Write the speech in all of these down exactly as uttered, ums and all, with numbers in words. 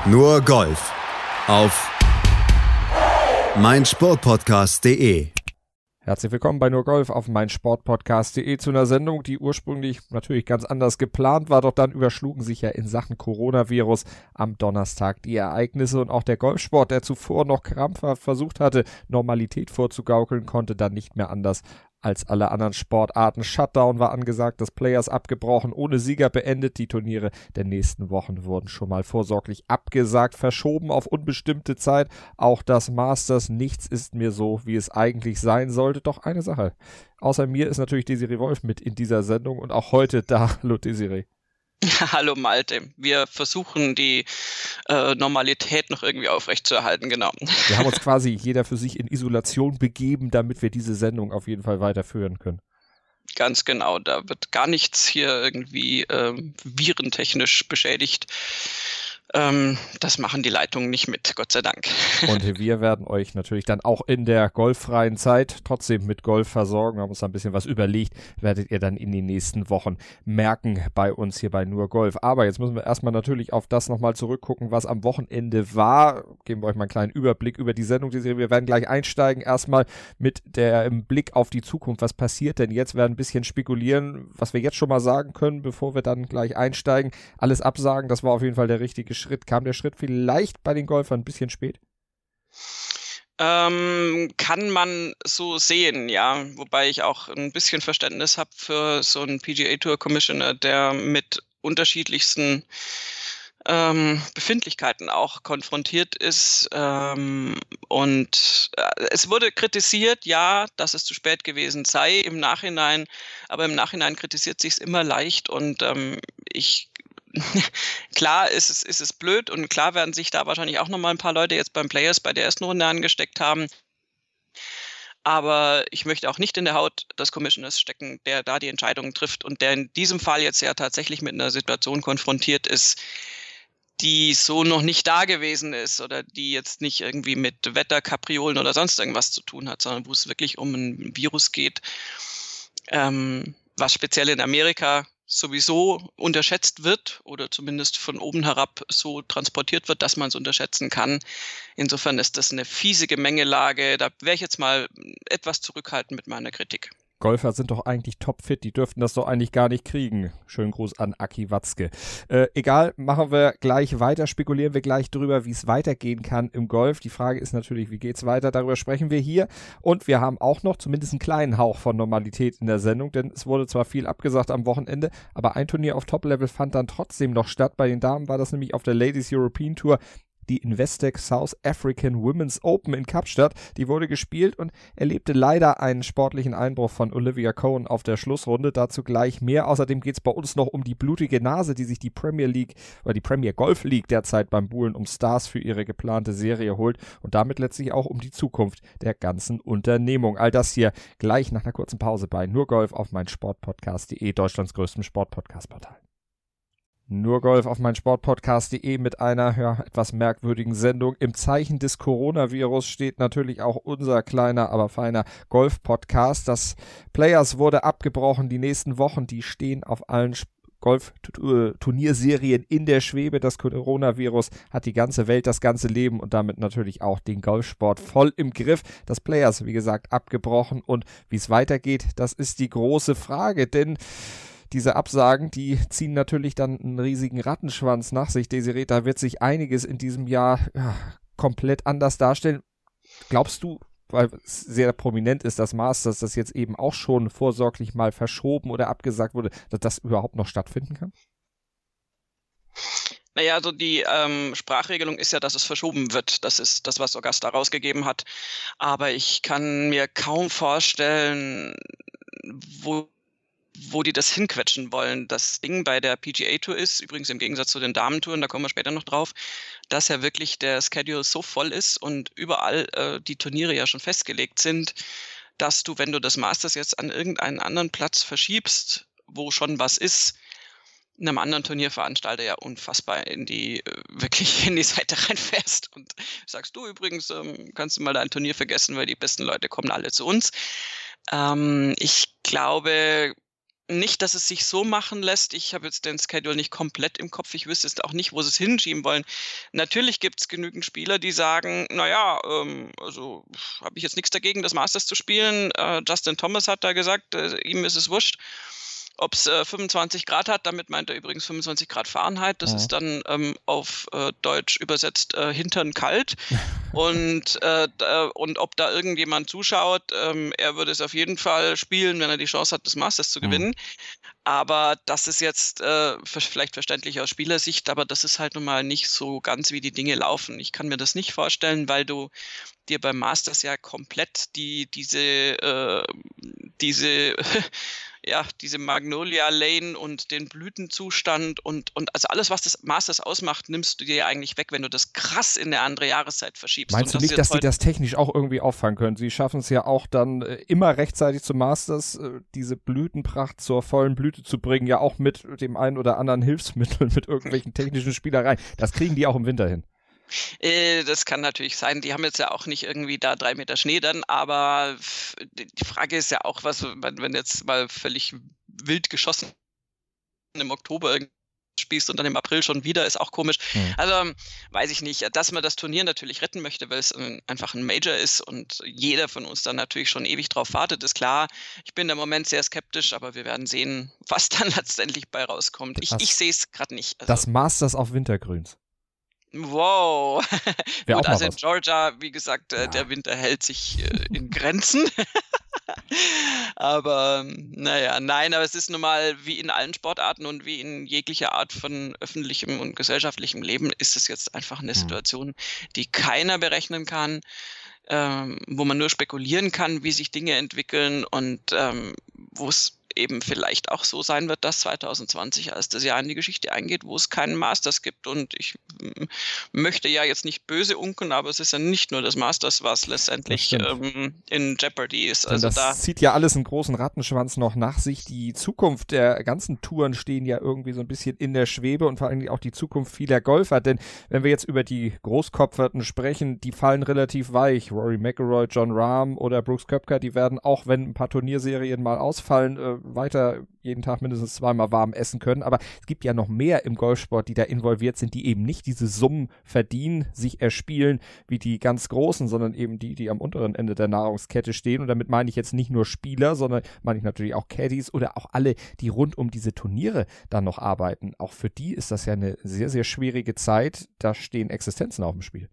Nur Golf auf meinsportpodcast punkt de. Herzlich willkommen bei Nur Golf auf meinsportpodcast punkt de zu einer Sendung, die ursprünglich natürlich ganz anders geplant war, doch dann überschlugen sich ja in Sachen Coronavirus am Donnerstag die Ereignisse und auch der Golfsport, der zuvor noch krampfhaft versucht hatte, Normalität vorzugaukeln, konnte dann nicht mehr anders als alle anderen Sportarten. Shutdown war angesagt, das Players abgebrochen, ohne Sieger beendet. Die Turniere der nächsten Wochen wurden schon mal vorsorglich abgesagt, verschoben auf unbestimmte Zeit. Auch das Masters, nichts ist mir so, wie es eigentlich sein sollte. Doch eine Sache, außer mir ist natürlich Desiree Wolf mit in dieser Sendung und auch heute da. Hallo Desiree. Hallo Malte, wir versuchen die äh, Normalität noch irgendwie aufrechtzuerhalten, genau. Wir haben uns quasi jeder für sich in Isolation begeben, damit wir diese Sendung auf jeden Fall weiterführen können. Ganz genau, da wird gar nichts hier irgendwie ähm, virentechnisch beschädigt. Ähm, das machen die Leitungen nicht mit, Gott sei Dank. Und wir werden euch natürlich dann auch in der golffreien Zeit trotzdem mit Golf versorgen. Wir haben uns da ein bisschen was überlegt, werdet ihr dann in den nächsten Wochen merken bei uns hier bei Nur Golf. Aber jetzt müssen wir erstmal natürlich auf das nochmal zurückgucken, was am Wochenende war. Geben wir euch mal einen kleinen Überblick über die Sendung. Wir werden gleich einsteigen, erstmal mit dem Blick auf die Zukunft. Was passiert denn jetzt? Wir werden ein bisschen spekulieren, was wir jetzt schon mal sagen können, bevor wir dann gleich einsteigen. Alles absagen, das war auf jeden Fall der richtige Schritt. Kam der Schritt vielleicht bei den Golfern ein bisschen spät? Ähm, kann man so sehen, ja. Wobei ich auch ein bisschen Verständnis habe für so einen P G A Tour Commissioner, der mit unterschiedlichsten ähm, Befindlichkeiten auch konfrontiert ist. Ähm, und äh, es wurde kritisiert, ja, dass es zu spät gewesen sei im Nachhinein. Aber im Nachhinein kritisiert sich es immer leicht und ähm, ich Klar ist es, ist es blöd und klar werden sich da wahrscheinlich auch nochmal ein paar Leute jetzt beim Players bei der ersten Runde angesteckt haben. Aber ich möchte auch nicht in der Haut des Commissioners stecken, der da die Entscheidungen trifft und der in diesem Fall jetzt ja tatsächlich mit einer Situation konfrontiert ist, die so noch nicht da gewesen ist oder die jetzt nicht irgendwie mit Wetter, Kapriolen oder sonst irgendwas zu tun hat, sondern wo es wirklich um ein Virus geht, ähm, was speziell in Amerika sowieso unterschätzt wird oder zumindest von oben herab so transportiert wird, dass man es unterschätzen kann. Insofern ist das eine fiese Gemengelage. Da wäre ich jetzt mal etwas zurückhaltend mit meiner Kritik. Golfer sind doch eigentlich topfit, die dürften das doch eigentlich gar nicht kriegen. Schönen Gruß an Aki Watzke. Äh, egal, machen wir gleich weiter, spekulieren wir gleich drüber, wie es weitergehen kann im Golf. Die Frage ist natürlich, wie geht's weiter? Darüber sprechen wir hier. Und wir haben auch noch zumindest einen kleinen Hauch von Normalität in der Sendung, denn es wurde zwar viel abgesagt am Wochenende, aber ein Turnier auf Top-Level fand dann trotzdem noch statt. Bei den Damen war das nämlich auf der Ladies European Tour, die Investec South African Women's Open in Kapstadt. Die wurde gespielt und erlebte leider einen sportlichen Einbruch von Olivia Cohen auf der Schlussrunde. Dazu gleich mehr. Außerdem geht es bei uns noch um die blutige Nase, die sich die Premier League oder die Premier Golf League derzeit beim Buhlen um Stars für ihre geplante Serie holt und damit letztlich auch um die Zukunft der ganzen Unternehmung. All das hier gleich nach einer kurzen Pause bei Nur Golf auf meinsportpodcast punkt de, Deutschlands größtem Sportpodcast-Portal. Nur Golf auf meinsportpodcast punkt de mit einer ja, etwas merkwürdigen Sendung. Im Zeichen des Coronavirus steht natürlich auch unser kleiner, aber feiner Golf-Podcast. Das Players wurde abgebrochen. Die nächsten Wochen, die stehen auf allen Golf-Turnierserien in der Schwebe. Das Coronavirus hat die ganze Welt, das ganze Leben und damit natürlich auch den Golfsport voll im Griff. Das Players, wie gesagt, abgebrochen und wie es weitergeht, das ist die große Frage, denn diese Absagen, die ziehen natürlich dann einen riesigen Rattenschwanz nach sich. Desiree, da wird sich einiges in diesem Jahr ja, komplett anders darstellen. Glaubst du, weil es sehr prominent ist, das Masters, das jetzt eben auch schon vorsorglich mal verschoben oder abgesagt wurde, dass das überhaupt noch stattfinden kann? Naja, also die ähm, Sprachregelung ist ja, dass es verschoben wird. Das ist das, was Augusta rausgegeben hat. Aber ich kann mir kaum vorstellen, wo wo die das hinquetschen wollen. Das Ding bei der P G A Tour ist, übrigens im Gegensatz zu den Damentouren, da kommen wir später noch drauf, dass ja wirklich der Schedule so voll ist und überall äh, die Turniere ja schon festgelegt sind, dass du, wenn du das Masters jetzt an irgendeinen anderen Platz verschiebst, wo schon was ist, einem anderen Turnierveranstalter ja unfassbar in die, äh, wirklich in die Seite reinfährst und sagst, du übrigens, ähm, kannst du mal dein Turnier vergessen, weil die besten Leute kommen alle zu uns. Ähm, ich glaube, nicht, dass es sich so machen lässt. Ich habe jetzt den Schedule nicht komplett im Kopf. Ich wüsste jetzt auch nicht, wo sie es hinschieben wollen. Natürlich gibt es genügend Spieler, die sagen, naja, ähm, also habe ich jetzt nichts dagegen, das Masters zu spielen. Äh, Justin Thomas hat da gesagt, äh, ihm ist es wurscht, ob es äh, fünfundzwanzig Grad hat. Damit meint er übrigens fünfundzwanzig Grad Fahrenheit. Das Ja. ist dann ähm, auf äh, Deutsch übersetzt äh, Hintern kalt. Und, äh, da, und ob da irgendjemand zuschaut, ähm, er würde es auf jeden Fall spielen, wenn er die Chance hat, das Masters zu gewinnen. Mhm. Aber das ist jetzt äh, vielleicht verständlich aus Spielersicht, aber das ist halt nun mal nicht so ganz, wie die Dinge laufen. Ich kann mir das nicht vorstellen, weil du dir beim Masters ja komplett die, diese, äh, diese ja, diese Magnolia Lane und den Blütenzustand und, und also alles, was das Masters ausmacht, nimmst du dir eigentlich weg, wenn du das krass in eine andere Jahreszeit verschiebst. Meinst du nicht, dass sie das technisch auch irgendwie auffangen können? Sie schaffen es ja auch dann äh, immer rechtzeitig zum Masters, äh, diese Blütenpracht zur vollen Blüte zu bringen, ja auch mit dem einen oder anderen Hilfsmittel, mit irgendwelchen technischen Spielereien. Das kriegen die auch im Winter hin. Das kann natürlich sein. Die haben jetzt ja auch nicht irgendwie da drei Meter Schnee dann, aber die Frage ist ja auch, was, wenn jetzt mal völlig wild geschossen im Oktober spielst und dann im April schon wieder, ist auch komisch. Mhm. Also weiß ich nicht, dass man das Turnier natürlich retten möchte, weil es ein, einfach ein Major ist und jeder von uns dann natürlich schon ewig drauf wartet, ist klar. Ich bin im Moment sehr skeptisch, aber wir werden sehen, was dann letztendlich bei rauskommt. Ich, ich sehe es gerade nicht. Also, das Masters auf Wintergrüns. Wow. Gut, also in was. Georgia, wie gesagt, ja. Der Winter hält sich äh, in Grenzen. Aber naja, nein, aber es ist nun mal wie in allen Sportarten und wie in jeglicher Art von öffentlichem und gesellschaftlichem Leben ist es jetzt einfach eine Situation, die keiner berechnen kann, ähm, wo man nur spekulieren kann, wie sich Dinge entwickeln und ähm, wo es eben vielleicht auch so sein wird, dass zwanzig zwanzig als das Jahr in die Geschichte eingeht, wo es keinen Masters gibt. Und ich m- möchte ja jetzt nicht böse unken, aber es ist ja nicht nur das Masters, was letztendlich ähm, in Jeopardy ist. Also das da zieht ja alles einen großen Rattenschwanz noch nach sich. Die Zukunft der ganzen Touren stehen ja irgendwie so ein bisschen in der Schwebe und vor allem auch die Zukunft vieler Golfer. Denn wenn wir jetzt über die Großkopferten sprechen, die fallen relativ weich. Rory McIlroy, Jon Rahm oder Brooks Koepka, die werden auch, wenn ein paar Turnierserien mal ausfallen, äh, weiter jeden Tag mindestens zweimal warm essen können. Aber es gibt ja noch mehr im Golfsport, die da involviert sind, die eben nicht diese Summen verdienen, sich erspielen wie die ganz Großen, sondern eben die, die am unteren Ende der Nahrungskette stehen. Und damit meine ich jetzt nicht nur Spieler, sondern meine ich natürlich auch Caddies oder auch alle, die rund um diese Turniere dann noch arbeiten. Auch für die ist das ja eine sehr, sehr schwierige Zeit. Da stehen Existenzen auf dem Spiel.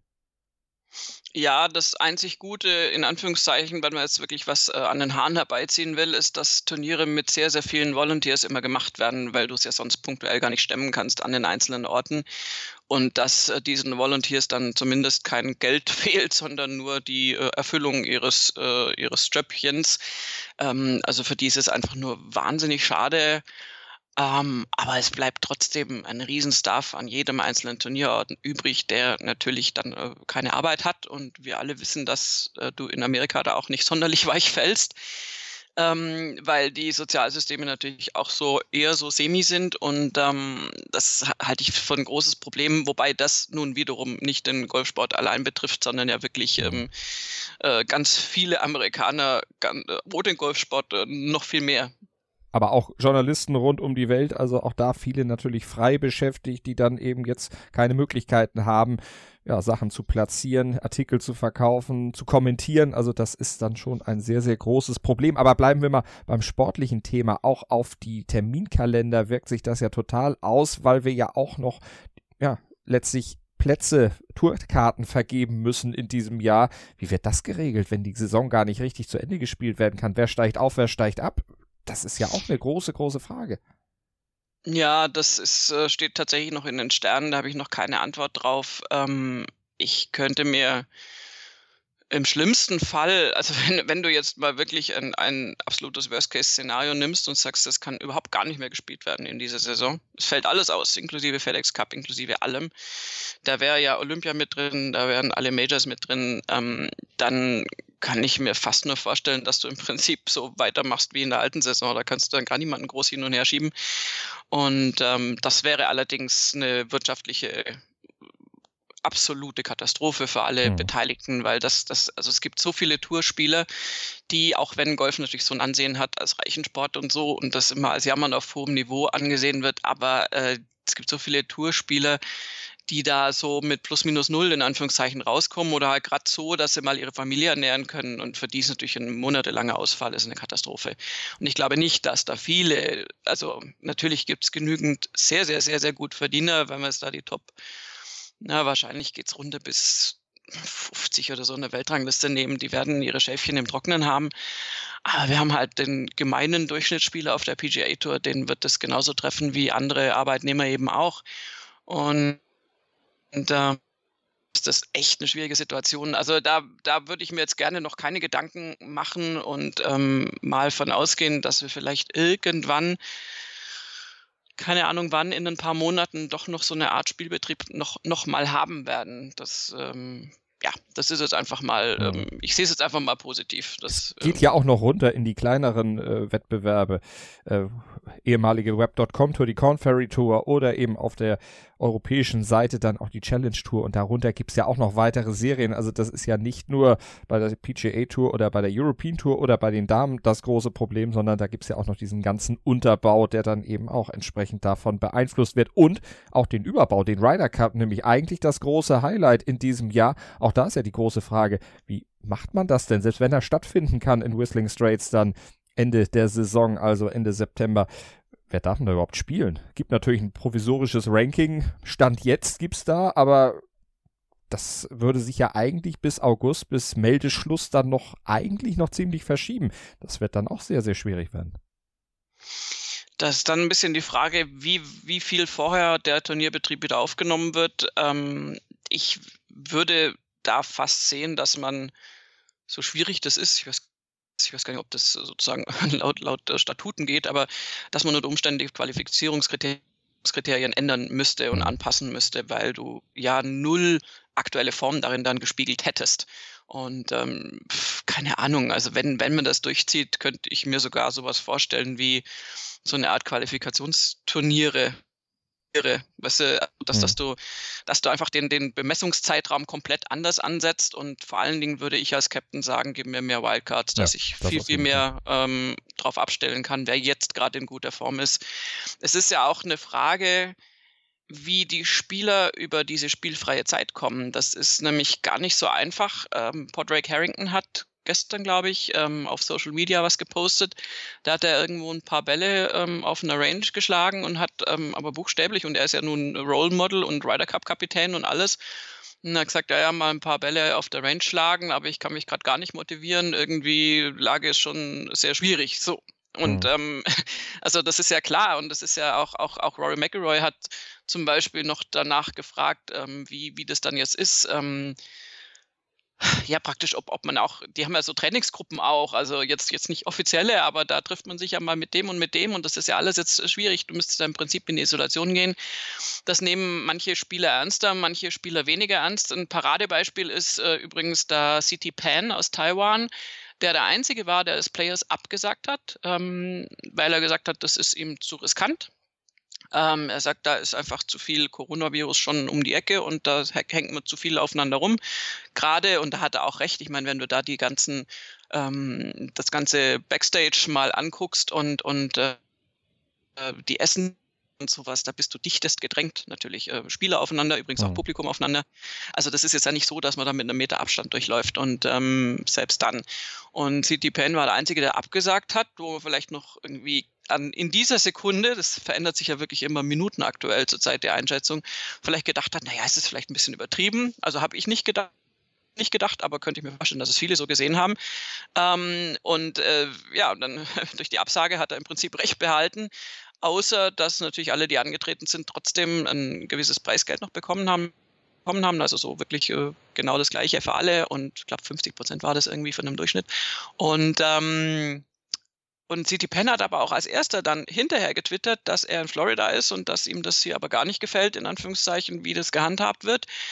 Ja, das einzig Gute, in Anführungszeichen, wenn man jetzt wirklich was äh, an den Haaren herbeiziehen will, ist, dass Turniere mit sehr, sehr vielen Volunteers immer gemacht werden, weil du es ja sonst punktuell gar nicht stemmen kannst an den einzelnen Orten. Und dass äh, diesen Volunteers dann zumindest kein Geld fehlt, sondern nur die äh, Erfüllung ihres, äh, ihres Ströppchens. Ähm, also für die ist es einfach nur wahnsinnig schade. Ähm, aber es bleibt trotzdem ein Riesenstaff an jedem einzelnen Turnierort übrig, der natürlich dann äh, keine Arbeit hat. Und wir alle wissen, dass äh, du in Amerika da auch nicht sonderlich weich fällst, ähm, weil die Sozialsysteme natürlich auch so eher so semi sind. Und ähm, das ha- halte ich für ein großes Problem, wobei das nun wiederum nicht den Golfsport allein betrifft, sondern ja wirklich ähm, äh, ganz viele Amerikaner, gan- äh, oder den Golfsport äh, noch viel mehr. Aber auch Journalisten rund um die Welt, also auch da viele natürlich frei beschäftigt, die dann eben jetzt keine Möglichkeiten haben, ja, Sachen zu platzieren, Artikel zu verkaufen, zu kommentieren. Also das ist dann schon ein sehr, sehr großes Problem. Aber bleiben wir mal beim sportlichen Thema. Auch auf die Terminkalender wirkt sich das ja total aus, weil wir ja auch noch, ja, letztlich Plätze, Tourkarten vergeben müssen in diesem Jahr. Wie wird das geregelt, wenn die Saison gar nicht richtig zu Ende gespielt werden kann? Wer steigt auf, wer steigt ab? Das ist ja auch eine große, große Frage. Ja, das ist, äh, steht tatsächlich noch in den Sternen, da habe ich noch keine Antwort drauf. Ähm, ich könnte mir im schlimmsten Fall, also wenn, wenn du jetzt mal wirklich ein, ein absolutes Worst-Case-Szenario nimmst und sagst, das kann überhaupt gar nicht mehr gespielt werden in dieser Saison, es fällt alles aus, inklusive FedEx Cup, inklusive allem, da wäre ja Olympia mit drin, da wären alle Majors mit drin, ähm, dann kann ich mir fast nur vorstellen, dass du im Prinzip so weitermachst wie in der alten Saison. Da kannst du dann gar niemanden groß hin und her schieben. Und ähm, das wäre allerdings eine wirtschaftliche absolute Katastrophe für alle Mhm. Beteiligten, weil das, das, also es gibt so viele Tourspieler, die, auch wenn Golf natürlich so ein Ansehen hat als Reichensport und so und das immer als Jammern auf hohem Niveau angesehen wird, aber äh, es gibt so viele Tourspieler, die da so mit plus minus null in Anführungszeichen rauskommen oder halt gerade so, dass sie mal ihre Familie ernähren können und für die ist natürlich ein monatelanger Ausfall ist eine Katastrophe. Und ich glaube nicht, dass da viele, also natürlich gibt es genügend sehr, sehr, sehr, sehr gut Verdiener, wenn wir jetzt da die Top, na wahrscheinlich geht es runter bis fünfzig oder so eine Weltrangliste nehmen, die werden ihre Schäfchen im Trocknen haben. Aber wir haben halt den gemeinen Durchschnittsspieler auf der P G A Tour, den wird das genauso treffen wie andere Arbeitnehmer eben auch. Und Und da ist das echt eine schwierige Situation. Also da, da würde ich mir jetzt gerne noch keine Gedanken machen und ähm, mal von ausgehen, dass wir vielleicht irgendwann, keine Ahnung wann, in ein paar Monaten doch noch so eine Art Spielbetrieb noch, noch mal haben werden. Das, ähm, ja, das ist jetzt einfach mal, Mhm. ähm, ich sehe es jetzt einfach mal positiv. Das, Geht ähm, ja auch noch runter in die kleineren äh, Wettbewerbe. Äh, ehemalige Web Punkt com Tour, die Corn Ferry Tour oder eben auf der europäischen Seite dann auch die Challenge Tour und darunter gibt es ja auch noch weitere Serien. Also das ist ja nicht nur bei der P G A Tour oder bei der European Tour oder bei den Damen das große Problem, sondern da gibt es ja auch noch diesen ganzen Unterbau, der dann eben auch entsprechend davon beeinflusst wird und auch den Überbau, den Ryder Cup, nämlich eigentlich das große Highlight in diesem Jahr. Auch da ist ja die große Frage, wie macht man das denn, selbst wenn er stattfinden kann in Whistling Straits dann Ende der Saison, also Ende September. Wer darf denn da überhaupt spielen? Gibt natürlich ein provisorisches Ranking. Stand jetzt gibt's da, aber das würde sich ja eigentlich bis August, bis Meldeschluss dann noch eigentlich noch ziemlich verschieben. Das wird dann auch sehr, sehr schwierig werden. Das ist dann ein bisschen die Frage, wie, wie viel vorher der Turnierbetrieb wieder aufgenommen wird. Ähm, ich würde da fast sehen, dass man, so schwierig das ist, ich weiß, ich weiß gar nicht, ob das sozusagen laut, laut äh, Statuten geht, aber dass man unter Umständen die Qualifizierungskriterien ändern müsste und Mhm. anpassen müsste, weil du ja null aktuelle Form darin dann gespiegelt hättest. Und ähm, pf, keine Ahnung, also wenn, wenn man das durchzieht, könnte ich mir sogar sowas vorstellen wie so eine Art Qualifikationsturniere. Weißt du, dass, Mhm. dass du, dass du einfach den, den Bemessungszeitraum komplett anders ansetzt und vor allen Dingen würde ich als Captain sagen, gib mir mehr Wildcards, dass Ja, ich das viel, auf viel jeden mehr ähm, drauf abstellen kann, wer jetzt gerade in guter Form ist. Es ist ja auch eine Frage, wie die Spieler über diese spielfreie Zeit kommen. Das ist nämlich gar nicht so einfach. Ähm, Padraig Harrington hat gestern, glaube ich, ähm, auf Social Media was gepostet. Da hat er irgendwo ein paar Bälle ähm, auf einer Range geschlagen und hat ähm, aber buchstäblich, und er ist ja nun Role Model und Ryder Cup Kapitän und alles, und er hat gesagt, ja, ja, mal ein paar Bälle auf der Range schlagen, aber ich kann mich gerade gar nicht motivieren. Irgendwie Lage ist schon sehr schwierig. So. Und Mhm. ähm, also das ist ja klar und das ist ja auch, auch, auch Rory McIlroy hat zum Beispiel noch danach gefragt, ähm, wie, wie das dann jetzt ist. Ähm, ja, praktisch, ob, ob man auch, die haben ja so Trainingsgruppen auch, also jetzt, jetzt nicht offizielle, aber da trifft man sich ja mal mit dem und mit dem und das ist ja alles jetzt schwierig. Du müsstest da im Prinzip in die Isolation gehen. Das nehmen manche Spieler ernster, manche Spieler weniger ernst. Ein Paradebeispiel ist äh, übrigens der C T Pan aus Taiwan, der der Einzige war, der das Players abgesagt hat, ähm, weil er gesagt hat, das ist ihm zu riskant. Ähm, er sagt, da ist einfach zu viel Coronavirus schon um die Ecke und da hängt man zu viel aufeinander rum. Gerade, und da hat er auch recht, ich meine, wenn du da die ganzen, ähm, das ganze Backstage mal anguckst und, und äh, die Essen und sowas, da bist du dichtest gedrängt, natürlich. Äh, Spieler aufeinander, übrigens auch Mhm. Publikum aufeinander. Also das ist jetzt ja nicht so, dass man da mit einem Meter Abstand durchläuft und ähm, selbst dann. Und C T Pan war der Einzige, der abgesagt hat, wo man vielleicht noch irgendwie an, in dieser Sekunde, das verändert sich ja wirklich immer minutenaktuell zur Zeit der Einschätzung, vielleicht gedacht hat, naja, es ist vielleicht ein bisschen übertrieben. Also habe ich nicht gedacht, nicht gedacht, aber könnte ich mir vorstellen, dass es viele so gesehen haben. Ähm, und äh, ja, dann durch die Absage hat er im Prinzip Recht behalten, außer dass natürlich alle, die angetreten sind, trotzdem ein gewisses Preisgeld noch bekommen haben. Bekommen haben, also so wirklich äh, genau das Gleiche für alle und ich glaube fünfzig Prozent war das irgendwie von einem Durchschnitt. Und ähm, und C T Pan hat aber auch als erster dann hinterher getwittert, dass er in Florida ist und dass ihm das hier aber gar nicht gefällt, in Anführungszeichen, wie das gehandhabt wird.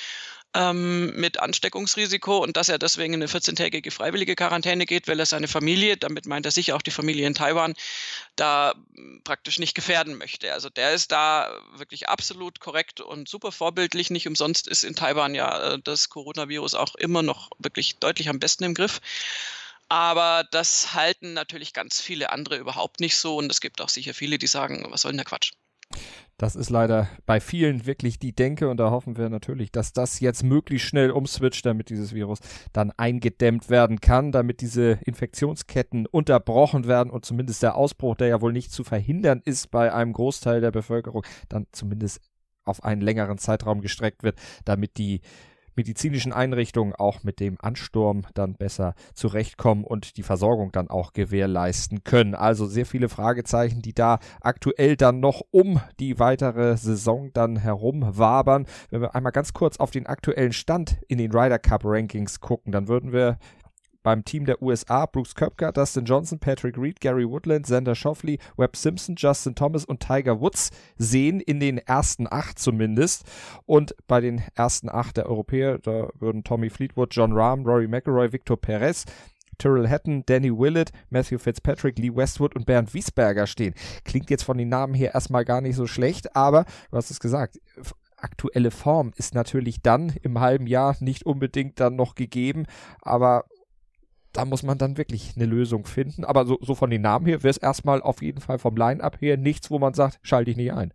ähm, mit Ansteckungsrisiko und dass er deswegen in eine vierzehntägige freiwillige Quarantäne geht, weil er seine Familie, damit meint er sicher auch die Familie in Taiwan, da praktisch nicht gefährden möchte. Also der ist da wirklich absolut korrekt und super vorbildlich. Nicht umsonst ist in Taiwan ja das Coronavirus auch immer noch wirklich deutlich am besten im Griff. Aber das halten natürlich ganz viele andere überhaupt nicht so und es gibt auch sicher viele, die sagen, was soll denn der Quatsch? Das ist leider bei vielen wirklich die Denke und da hoffen wir natürlich, dass das jetzt möglichst schnell umswitcht, damit dieses Virus dann eingedämmt werden kann, damit diese Infektionsketten unterbrochen werden und zumindest der Ausbruch, der ja wohl nicht zu verhindern ist bei einem Großteil der Bevölkerung, dann zumindest auf einen längeren Zeitraum gestreckt wird, damit die medizinischen Einrichtungen auch mit dem Ansturm dann besser zurechtkommen und die Versorgung dann auch gewährleisten können. Also sehr viele Fragezeichen, die da aktuell dann noch um die weitere Saison dann herum wabern. Wenn wir einmal ganz kurz auf den aktuellen Stand in den Ryder Cup Rankings gucken, dann würden wir beim Team der U S A Brooks Koepka, Dustin Johnson, Patrick Reed, Gary Woodland, Xander Schauffele, Webb Simpson, Justin Thomas und Tiger Woods sehen in den ersten acht zumindest. Und bei den ersten acht der Europäer, da würden Tommy Fleetwood, Jon Rahm, Rory McIlroy, Victor Perez, Tyrrell Hatton, Danny Willett, Matthew Fitzpatrick, Lee Westwood und Bernd Wiesberger stehen. Klingt jetzt von den Namen her erstmal gar nicht so schlecht, aber du hast es gesagt, aktuelle Form ist natürlich dann im halben Jahr nicht unbedingt dann noch gegeben, aber da muss man dann wirklich eine Lösung finden. Aber so, so von den Namen her wäre es erstmal auf jeden Fall vom Line-Up her nichts, wo man sagt, schalte ich nicht ein.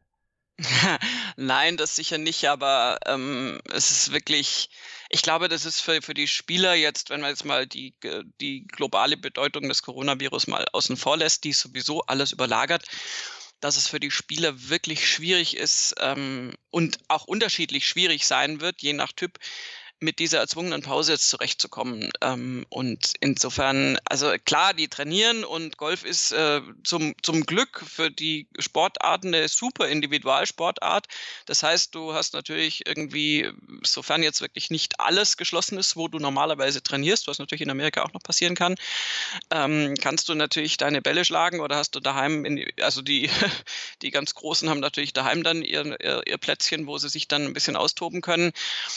Nein, das sicher nicht, aber ähm, es ist wirklich, ich glaube, das ist für, für die Spieler jetzt, wenn man jetzt mal die, die globale Bedeutung des Coronavirus mal außen vor lässt, die sowieso alles überlagert, dass es für die Spieler wirklich schwierig ist ähm, und auch unterschiedlich schwierig sein wird, je nach Typ, mit dieser erzwungenen Pause jetzt zurechtzukommen. Ähm, und insofern, also klar, die trainieren und Golf ist äh, zum, zum Glück für die Sportarten eine super Individualsportart. Das heißt, du hast natürlich irgendwie, sofern jetzt wirklich nicht alles geschlossen ist, wo du normalerweise trainierst, was natürlich in Amerika auch noch passieren kann, ähm, kannst du natürlich deine Bälle schlagen oder hast du daheim, in die, also die, die ganz Großen haben natürlich daheim dann ihr, ihr, ihr Plätzchen, wo sie sich dann ein bisschen austoben können.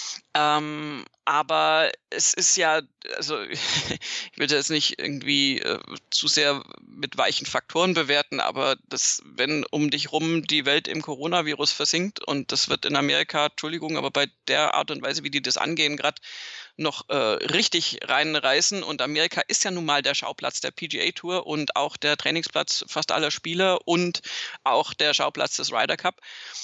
Ähm, aber es ist ja, also ich will das jetzt nicht irgendwie äh, zu sehr mit weichen Faktoren bewerten, aber das, wenn um dich rum die Welt im Coronavirus versinkt und das wird in Amerika, Entschuldigung, aber bei der Art und Weise, wie die das angehen, gerade noch äh, richtig reinreißen und Amerika ist ja nun mal der Schauplatz der P G A Tour und auch der Trainingsplatz fast aller Spieler und auch der Schauplatz des Ryder Cup.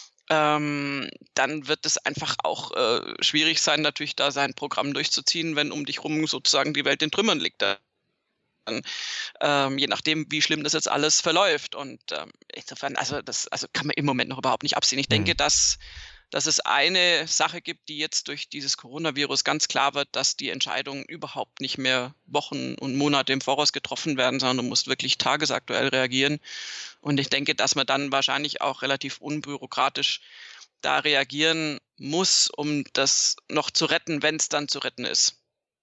Ähm, dann wird es einfach auch äh, schwierig sein, natürlich da sein Programm durchzuziehen, wenn um dich rum sozusagen die Welt in Trümmern liegt. Dann, ähm, je nachdem, wie schlimm das jetzt alles verläuft. Und ähm, insofern, also das also kann man im Moment noch überhaupt nicht absehen. Ich denke, Mhm. dass, dass es eine Sache gibt, die jetzt durch dieses Coronavirus ganz klar wird, dass die Entscheidungen überhaupt nicht mehr Wochen und Monate im Voraus getroffen werden, sondern du musst wirklich tagesaktuell reagieren. Und ich denke, dass man dann wahrscheinlich auch relativ unbürokratisch da reagieren muss, um das noch zu retten, wenn es dann zu retten ist.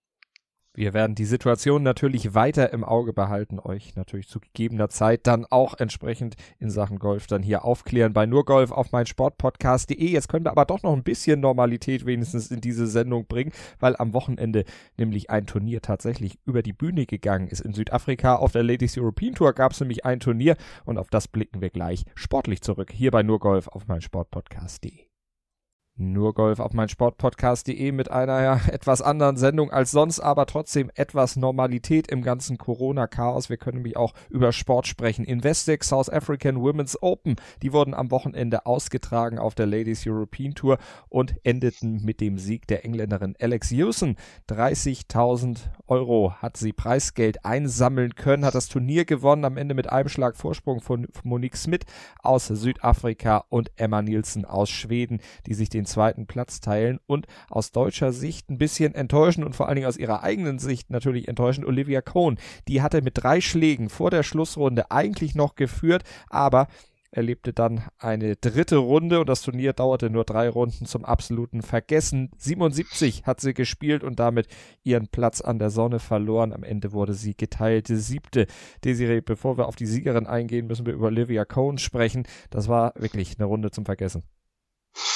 Wir werden die Situation natürlich weiter im Auge behalten, euch natürlich zu gegebener Zeit dann auch entsprechend in Sachen Golf dann hier aufklären bei nur Golf auf meinsportpodcast punkt de. Jetzt können wir aber doch noch ein bisschen Normalität wenigstens in diese Sendung bringen, weil am Wochenende nämlich ein Turnier tatsächlich über die Bühne gegangen ist. In Südafrika auf der Ladies European Tour gab es nämlich ein Turnier und auf das blicken wir gleich sportlich zurück, hier bei nur Golf auf meinsportpodcast punkt de. Nur Golf auf meinsportpodcast punkt de mit einer ja, etwas anderen Sendung als sonst, aber trotzdem etwas Normalität im ganzen Corona-Chaos. Wir können nämlich auch über Sport sprechen. Investec South African Women's Open, die wurden am Wochenende ausgetragen auf der Ladies European Tour und endeten mit dem Sieg der Engländerin Alex Hewson. dreißigtausend Euro hat sie Preisgeld einsammeln können, hat das Turnier gewonnen, am Ende mit einem Schlag Vorsprung von Monique Smith aus Südafrika und Emma Nielsen aus Schweden, die sich den zweiten Platz teilen. Und aus deutscher Sicht ein bisschen enttäuschend und vor allen Dingen aus ihrer eigenen Sicht natürlich enttäuschend Olivia Cohn. Die hatte mit drei Schlägen vor der Schlussrunde eigentlich noch geführt, aber erlebte dann eine dritte Runde und das Turnier dauerte nur drei Runden zum absoluten Vergessen. siebenundsiebzig hat sie gespielt und damit ihren Platz an der Sonne verloren. Am Ende wurde sie geteilte siebte. Desiree, bevor wir auf die Siegerin eingehen, müssen wir über Olivia Cohn sprechen. Das war wirklich eine Runde zum Vergessen.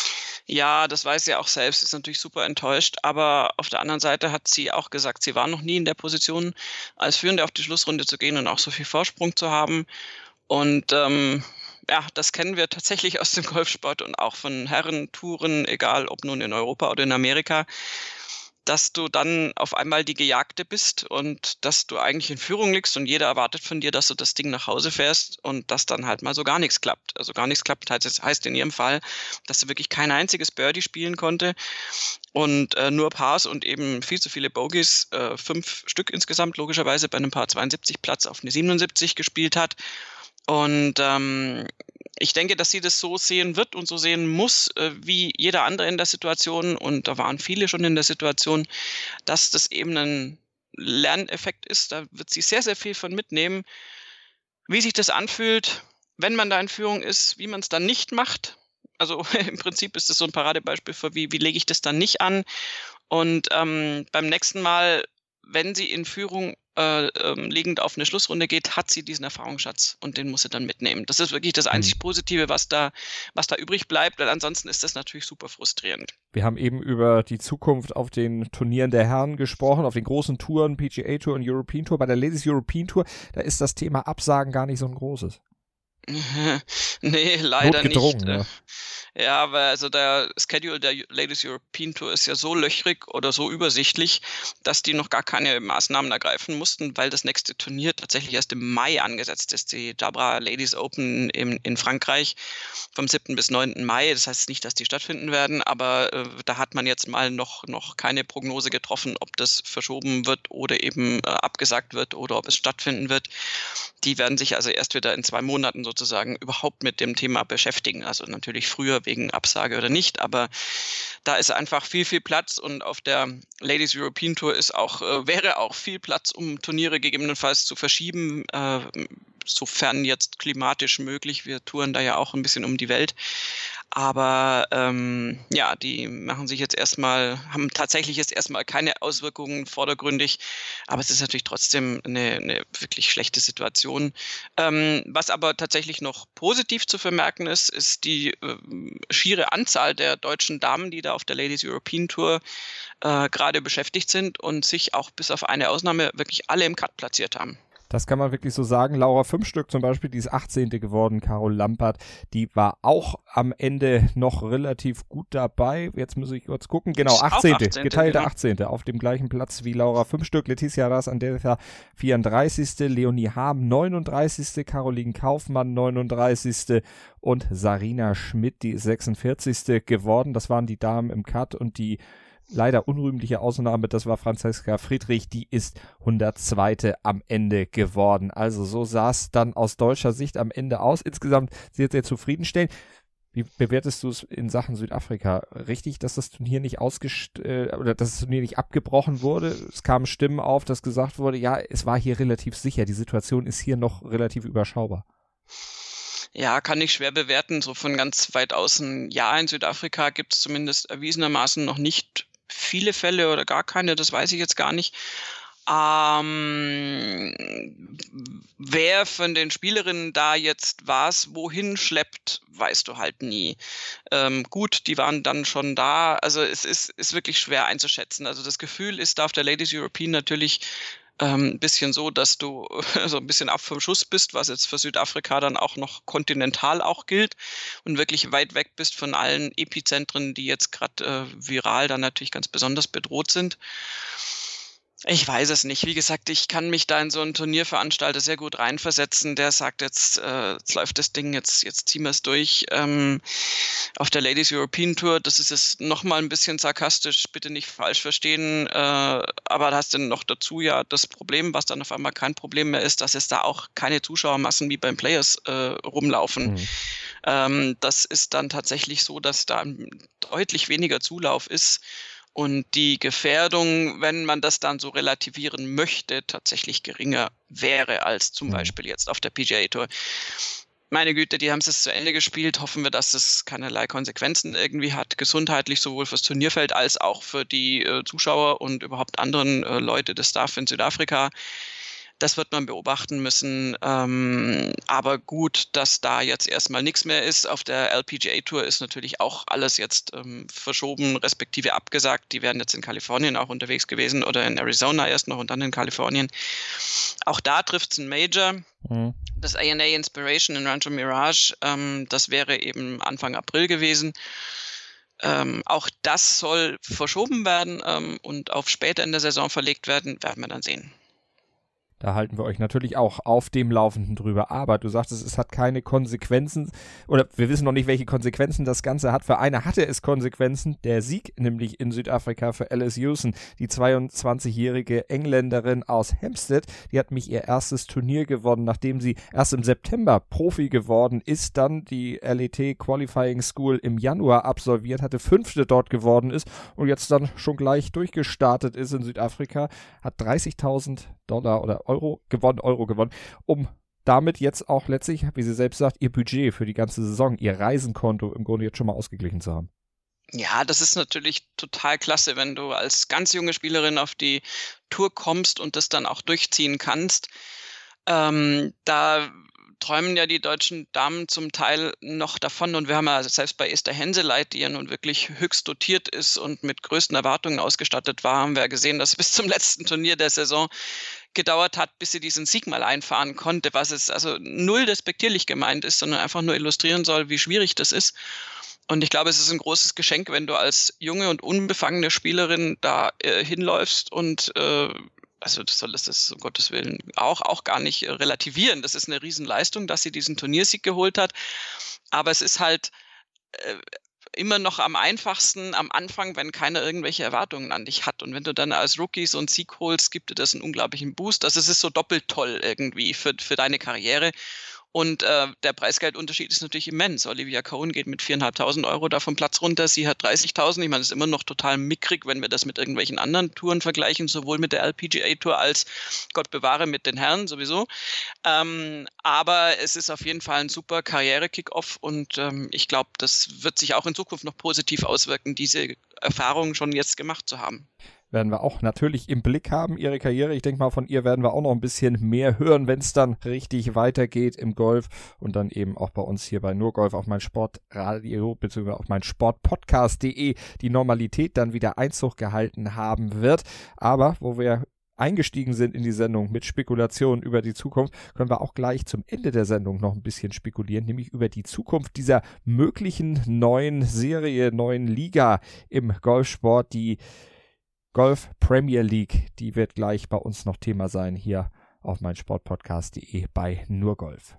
Ja, das weiß sie auch selbst, ist natürlich super enttäuscht, aber auf der anderen Seite hat sie auch gesagt, sie war noch nie in der Position, als Führende auf die Schlussrunde zu gehen und auch so viel Vorsprung zu haben. Und ähm, ja, das kennen wir tatsächlich aus dem Golfsport und auch von Herrentouren, egal ob nun in Europa oder in Amerika, dass du dann auf einmal die Gejagte bist und dass du eigentlich in Führung liegst und jeder erwartet von dir, dass du das Ding nach Hause fährst und dass dann halt mal so gar nichts klappt. Also gar nichts klappt heißt, das heißt in ihrem Fall, dass sie wirklich kein einziges Birdie spielen konnte und äh, nur Pars und eben viel zu viele Bogies, äh, fünf Stück insgesamt logischerweise bei einem Paar zweiundsiebzig Platz auf eine siebenundsiebzig gespielt hat. Und ähm, ich denke, dass sie das so sehen wird und so sehen muss, äh, wie jeder andere in der Situation. Und da waren viele schon in der Situation, dass das eben ein Lerneffekt ist. Da wird sie sehr, sehr viel von mitnehmen, wie sich das anfühlt, wenn man da in Führung ist, wie man es dann nicht macht. Also im Prinzip ist das so ein Paradebeispiel für, wie, wie lege ich das dann nicht an. Und ähm, beim nächsten Mal, wenn sie in Führung äh, ähm, liegend auf eine Schlussrunde geht, hat sie diesen Erfahrungsschatz und den muss sie dann mitnehmen. Das ist wirklich das einzig Positive, was da, was da übrig bleibt, weil ansonsten ist das natürlich super frustrierend. Wir haben eben über die Zukunft auf den Turnieren der Herren gesprochen, auf den großen Touren, P G A Tour und European Tour. Bei der Ladies European Tour, da ist das Thema Absagen gar nicht so ein großes. Nee, leider Notgedrungen, nicht. ja. Ja, weil also der Schedule der Ladies European Tour ist ja so löchrig oder so übersichtlich, dass die noch gar keine Maßnahmen ergreifen mussten, weil das nächste Turnier tatsächlich erst im Mai angesetzt ist. Die Jabra Ladies Open in, in Frankreich vom siebten bis neunten Mai. Das heißt nicht, dass die stattfinden werden, aber äh, da hat man jetzt mal noch, noch keine Prognose getroffen, ob das verschoben wird oder eben äh, abgesagt wird oder ob es stattfinden wird. Die werden sich also erst wieder in zwei Monaten sozusagen überhaupt mit dem Thema beschäftigen. Also natürlich früher wegen Absage oder nicht, aber da ist einfach viel, viel Platz und auf der Ladies European Tour ist auch, äh, wäre auch viel Platz, um Turniere gegebenenfalls zu verschieben, äh, sofern jetzt klimatisch möglich. Wir touren da ja auch ein bisschen um die Welt. Aber ähm, ja, die machen sich jetzt erstmal, haben tatsächlich jetzt erstmal keine Auswirkungen vordergründig, aber es ist natürlich trotzdem eine, eine wirklich schlechte Situation. Ähm, was aber tatsächlich noch positiv zu vermerken ist, ist die äh, schiere Anzahl der deutschen Damen, die da auf der Ladies European Tour äh, gerade beschäftigt sind und sich auch bis auf eine Ausnahme wirklich alle im Cut platziert haben. Das kann man wirklich so sagen. Laura Fünfstück zum Beispiel, die ist achtzehnte geworden. Carol Lampert, die war auch am Ende noch relativ gut dabei. Jetzt muss ich kurz gucken. Genau, achtzehnte, achtzehnte geteilte genau. achtzehnte Auf dem gleichen Platz wie Laura Fünfstück. Letizia Ras-Andelfa vierunddreißigste Leonie Haben neununddreißigste Caroline Kaufmann neununddreißigste und Sarina Schmidt, die ist sechsundvierzigste geworden. Das waren die Damen im Cut und die leider unrühmliche Ausnahme, das war Franziska Friedrich, die ist hundertzweite am Ende geworden. Also so sah es dann aus deutscher Sicht am Ende aus. Insgesamt sehr, sehr zufriedenstellend. Wie bewertest du es in Sachen Südafrika? Richtig, dass das Turnier nicht ausgest äh, oder dass das Turnier nicht abgebrochen wurde? Es kamen Stimmen auf, dass gesagt wurde, ja, es war hier relativ sicher. Die Situation ist hier noch relativ überschaubar. Ja, kann ich schwer bewerten. So von ganz weit außen. Ja, in Südafrika gibt es zumindest erwiesenermaßen noch nicht viele Fälle oder gar keine, das weiß ich jetzt gar nicht. Ähm, wer von den Spielerinnen da jetzt was wohin schleppt, weißt du halt nie. Ähm, gut, die waren dann schon da. Also es ist, ist wirklich schwer einzuschätzen. Also das Gefühl ist da auf der Ladies European natürlich ein ähm, bisschen so, dass du so ein bisschen ab vom Schuss bist, was jetzt für Südafrika dann auch noch kontinental auch gilt und wirklich weit weg bist von allen Epizentren, die jetzt gerade äh, viral dann natürlich ganz besonders bedroht sind. Ich weiß es nicht. Wie gesagt, ich kann mich da in so einen Turnierveranstalter sehr gut reinversetzen. Der sagt jetzt, äh, jetzt läuft das Ding, jetzt, jetzt ziehen wir es durch. Ähm, auf der Ladies European Tour, das ist jetzt nochmal ein bisschen sarkastisch, bitte nicht falsch verstehen, äh, aber da hast du noch dazu ja das Problem, was dann auf einmal kein Problem mehr ist, dass es da auch keine Zuschauermassen wie beim Players äh, rumlaufen. Mhm. Ähm, das ist dann tatsächlich so, dass da deutlich weniger Zulauf ist. Und die Gefährdung, wenn man das dann so relativieren möchte, tatsächlich geringer wäre als zum Beispiel jetzt auf der P G A Tour. Meine Güte, die haben es zu Ende gespielt. Hoffen wir, dass es keinerlei Konsequenzen irgendwie hat, gesundheitlich sowohl fürs Turnierfeld als auch für die äh, Zuschauer und überhaupt anderen äh, Leute des Staff in Südafrika. Das wird man beobachten müssen. Ähm, aber gut, dass da jetzt erstmal nichts mehr ist. Auf der L P G A Tour ist natürlich auch alles jetzt ähm, verschoben, respektive abgesagt. Die wären jetzt in Kalifornien auch unterwegs gewesen oder in Arizona erst noch und dann in Kalifornien. Auch da trifft es ein Major. Mhm. Das A N A Inspiration in Rancho Mirage, ähm, das wäre eben Anfang April gewesen. Ähm, auch das soll verschoben werden ähm, und auf später in der Saison verlegt werden, werden wir dann sehen. Da halten wir euch natürlich auch auf dem Laufenden drüber. Aber du sagtest, es hat keine Konsequenzen oder wir wissen noch nicht, welche Konsequenzen das Ganze hat. Für eine hatte es Konsequenzen. Der Sieg nämlich in Südafrika für Alice Hewson, die zweiundzwanzigjährige Engländerin aus Hampstead. Die hat mich ihr erstes Turnier gewonnen, nachdem sie erst im September Profi geworden ist, dann die L E T Qualifying School im Januar absolviert hatte, fünfte dort geworden ist und jetzt dann schon gleich durchgestartet ist in Südafrika, hat dreißigtausend Dollar oder Euro gewonnen, Euro gewonnen, um damit jetzt auch letztlich, wie sie selbst sagt, ihr Budget für die ganze Saison, ihr Reisenkonto im Grunde jetzt schon mal ausgeglichen zu haben. Ja, das ist natürlich total klasse, wenn du als ganz junge Spielerin auf die Tour kommst und das dann auch durchziehen kannst. Ähm, da träumen ja die deutschen Damen zum Teil noch davon und wir haben ja selbst bei Esther Henseleit, die ja nun wirklich höchst dotiert ist und mit größten Erwartungen ausgestattet war, haben wir ja gesehen, dass bis zum letzten Turnier der Saison gedauert hat, bis sie diesen Sieg mal einfahren konnte, was es also null despektierlich gemeint ist, sondern einfach nur illustrieren soll, wie schwierig das ist. Und ich glaube, es ist ein großes Geschenk, wenn du als junge und unbefangene Spielerin da äh, hinläufst und äh, also das soll das um Gottes Willen auch, auch gar nicht äh, relativieren. Das ist eine Riesenleistung, dass sie diesen Turniersieg geholt hat. Aber es ist halt äh, immer noch am einfachsten am Anfang, wenn keiner irgendwelche Erwartungen an dich hat. Und wenn du dann als Rookie so einen Sieg holst, gibt dir das einen unglaublichen Boost. Also es ist so doppelt toll irgendwie für, für deine Karriere. Und äh, der Preisgeldunterschied ist natürlich immens. Olivia Cohn geht mit viertausendfünfhundert Euro da vom Platz runter. Sie hat dreißigtausend. Ich meine, das ist immer noch total mickrig, wenn wir das mit irgendwelchen anderen Touren vergleichen, sowohl mit der L P G A Tour als, Gott bewahre, mit den Herren sowieso. Ähm, aber es ist auf jeden Fall ein super Karriere-Kick-Off und ähm, ich glaube, das wird sich auch in Zukunft noch positiv auswirken, diese Erfahrung schon jetzt gemacht zu haben. Werden wir auch natürlich im Blick haben, ihre Karriere. Ich denke mal, von ihr werden wir auch noch ein bisschen mehr hören, wenn es dann richtig weitergeht im Golf und dann eben auch bei uns hier bei Nur Golf auf mein Sportradio bzw. auf mein Sportpodcast punkt de die Normalität dann wieder Einzug gehalten haben wird. Aber wo wir eingestiegen sind in die Sendung mit Spekulationen über die Zukunft, können wir auch gleich zum Ende der Sendung noch ein bisschen spekulieren, nämlich über die Zukunft dieser möglichen neuen Serie, neuen Liga im Golfsport, die Golf Premier League, die wird gleich bei uns noch Thema sein hier auf mein Sportpodcast punkt de bei Nur Golf.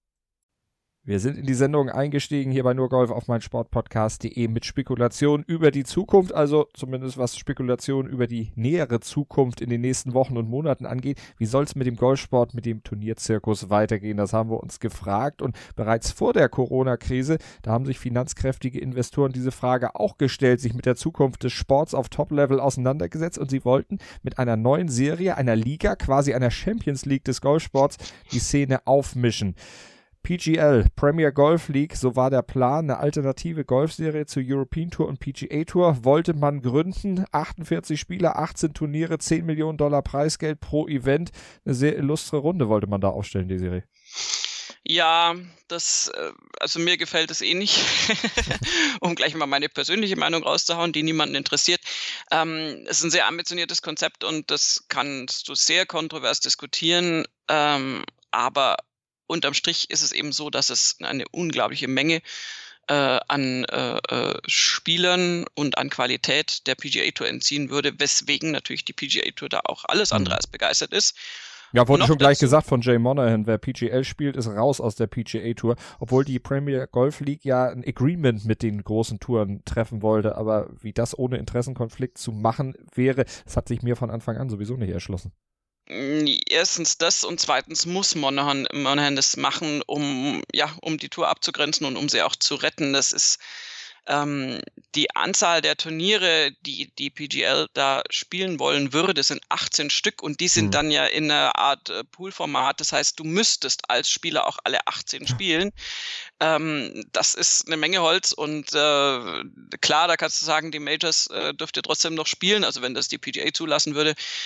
Wir sind in die Sendung eingestiegen hier bei Nur Golf auf mein Sportpodcast punkt de mit Spekulationen über die Zukunft, also zumindest was Spekulationen über die nähere Zukunft in den nächsten Wochen und Monaten angeht. Wie soll es mit dem Golfsport, mit dem Turnierzirkus weitergehen? Das haben wir uns gefragt und bereits vor der Corona-Krise, da haben sich finanzkräftige Investoren diese Frage auch gestellt, sich mit der Zukunft des Sports auf Top-Level auseinandergesetzt und sie wollten mit einer neuen Serie, einer Liga, quasi einer Champions League des Golfsports, die Szene aufmischen. P G L, Premier Golf League, so war der Plan, eine alternative Golfserie zur European Tour und P G A Tour, wollte man gründen, achtundvierzig Spieler, achtzehn Turniere, zehn Millionen Dollar Preisgeld pro Event, eine sehr illustre Runde wollte man da aufstellen, die Serie. Ja, das, also mir gefällt es eh nicht, um gleich mal meine persönliche Meinung rauszuhauen, die niemanden interessiert. Ähm, es ist ein sehr ambitioniertes Konzept und das kannst du sehr kontrovers diskutieren, ähm, aber unterm Strich ist es eben so, dass es eine unglaubliche Menge äh, an äh, äh, Spielern und an Qualität der P G A Tour entziehen würde, weswegen natürlich die P G A Tour da auch alles andere als begeistert ist. Ja, wurde schon gleich gesagt von Jay Monahan, wer P G L spielt, ist raus aus der P G A Tour, obwohl die Premier Golf League ja ein Agreement mit den großen Touren treffen wollte, aber wie das ohne Interessenkonflikt zu machen wäre, das hat sich mir von Anfang an sowieso nicht erschlossen. Erstens das und zweitens muss Monahan, Monahan das machen, um, ja, um die Tour abzugrenzen und um sie auch zu retten. Das ist ähm, die Anzahl der Turniere, die die P G L da spielen wollen würde, sind achtzehn Stück und die sind mhm. dann ja in einer Art äh, Poolformat. Das heißt, du müsstest als Spieler auch alle achtzehn spielen. Ähm, das ist eine Menge Holz und äh, klar, da kannst du sagen, die Majors äh, dürft ihr trotzdem noch spielen, also wenn das die P G A zulassen würde.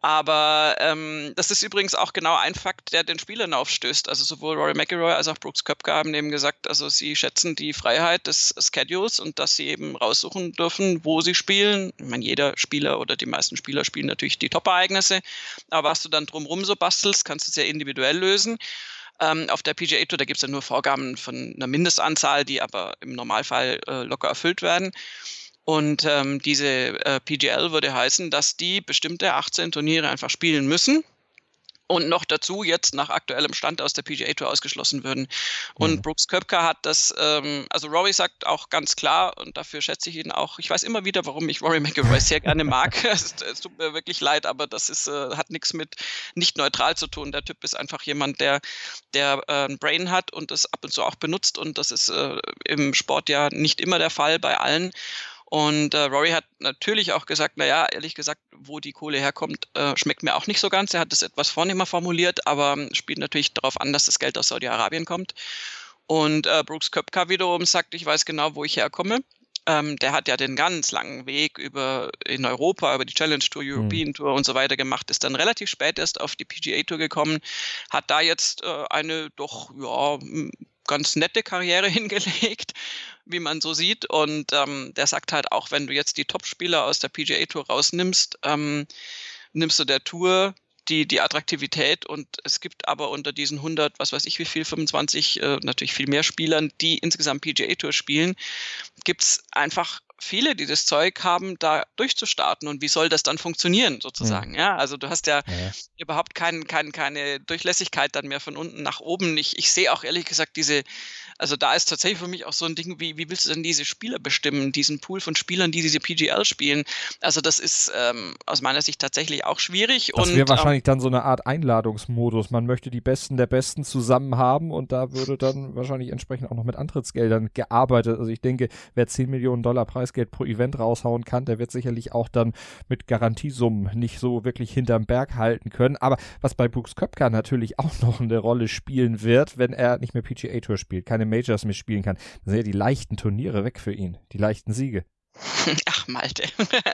Aber ähm, das ist übrigens auch genau ein Fakt, der den Spielern aufstößt. Also sowohl Rory McIlroy als auch Brooks Koepka haben eben gesagt, also sie schätzen die Freiheit des Schedules und dass sie eben raussuchen dürfen, wo sie spielen. Ich meine, jeder Spieler oder die meisten Spieler spielen natürlich die Top-Ereignisse, aber was du dann drumherum so bastelst, kannst du sehr individuell lösen. Ähm, auf der P G A Tour, da gibt es ja nur Vorgaben von einer Mindestanzahl, die aber im Normalfall äh, locker erfüllt werden. Und ähm, diese äh, P G L würde heißen, dass die bestimmte achtzehn Turniere einfach spielen müssen und noch dazu jetzt nach aktuellem Stand aus der P G A Tour ausgeschlossen würden. Und mhm. Brooks Koepka hat das, ähm, also Rory sagt auch ganz klar, und dafür schätze ich ihn auch, ich weiß immer wieder, warum ich Rory McIlroy sehr gerne mag. es, es tut mir wirklich leid, aber das ist, äh, hat nichts mit nicht neutral zu tun. Der Typ ist einfach jemand, der, der äh, ein Brain hat und das ab und zu auch benutzt, und das ist äh, im Sport ja nicht immer der Fall bei allen. Und äh, Rory hat natürlich auch gesagt, naja, ehrlich gesagt, wo die Kohle herkommt, äh, schmeckt mir auch nicht so ganz. Er hat das etwas vornehmer formuliert, aber ähm, spielt natürlich darauf an, dass das Geld aus Saudi-Arabien kommt. Und äh, Brooks Koepka wiederum sagt, ich weiß genau, wo ich herkomme. Ähm, der hat ja den ganz langen Weg über in Europa, über die Challenge Tour, European mhm. Tour und so weiter gemacht, ist dann relativ spät erst auf die P G A Tour gekommen, hat da jetzt äh, eine doch, ja, ganz nette Karriere hingelegt, wie man so sieht. Und ähm, der sagt halt auch, wenn du jetzt die Top-Spieler aus der P G A Tour rausnimmst, ähm, nimmst du der Tour die, die Attraktivität, und es gibt aber unter diesen hundert, was weiß ich wie viel, fünfundzwanzig, äh, natürlich viel mehr Spielern, die insgesamt P G A Tour spielen, gibt es einfach viele, die das Zeug haben, da durchzustarten. Und wie soll das dann funktionieren, sozusagen? Mhm. Ja, also du hast ja, ja. überhaupt kein, kein, keine Durchlässigkeit dann mehr von unten nach oben. Ich, ich sehe auch ehrlich gesagt diese, also da ist tatsächlich für mich auch so ein Ding, wie, wie willst du denn diese Spieler bestimmen, diesen Pool von Spielern, die diese P G L spielen? Also das ist ähm, aus meiner Sicht tatsächlich auch schwierig. Das wäre wahrscheinlich ähm, dann so eine Art Einladungsmodus. Man möchte die Besten der Besten zusammen haben, und da würde dann wahrscheinlich entsprechend auch noch mit Antrittsgeldern gearbeitet. Also ich denke, wer zehn Millionen Dollar Preisgeld pro Event raushauen kann, der wird sicherlich auch dann mit Garantiesummen nicht so wirklich hinterm Berg halten können. Aber was bei Brooks Koepka natürlich auch noch eine Rolle spielen wird, wenn er nicht mehr P G A Tour spielt, keine Majors mehr spielen kann, dann sind ja die leichten Turniere weg für ihn, die leichten Siege. Ach, Malte.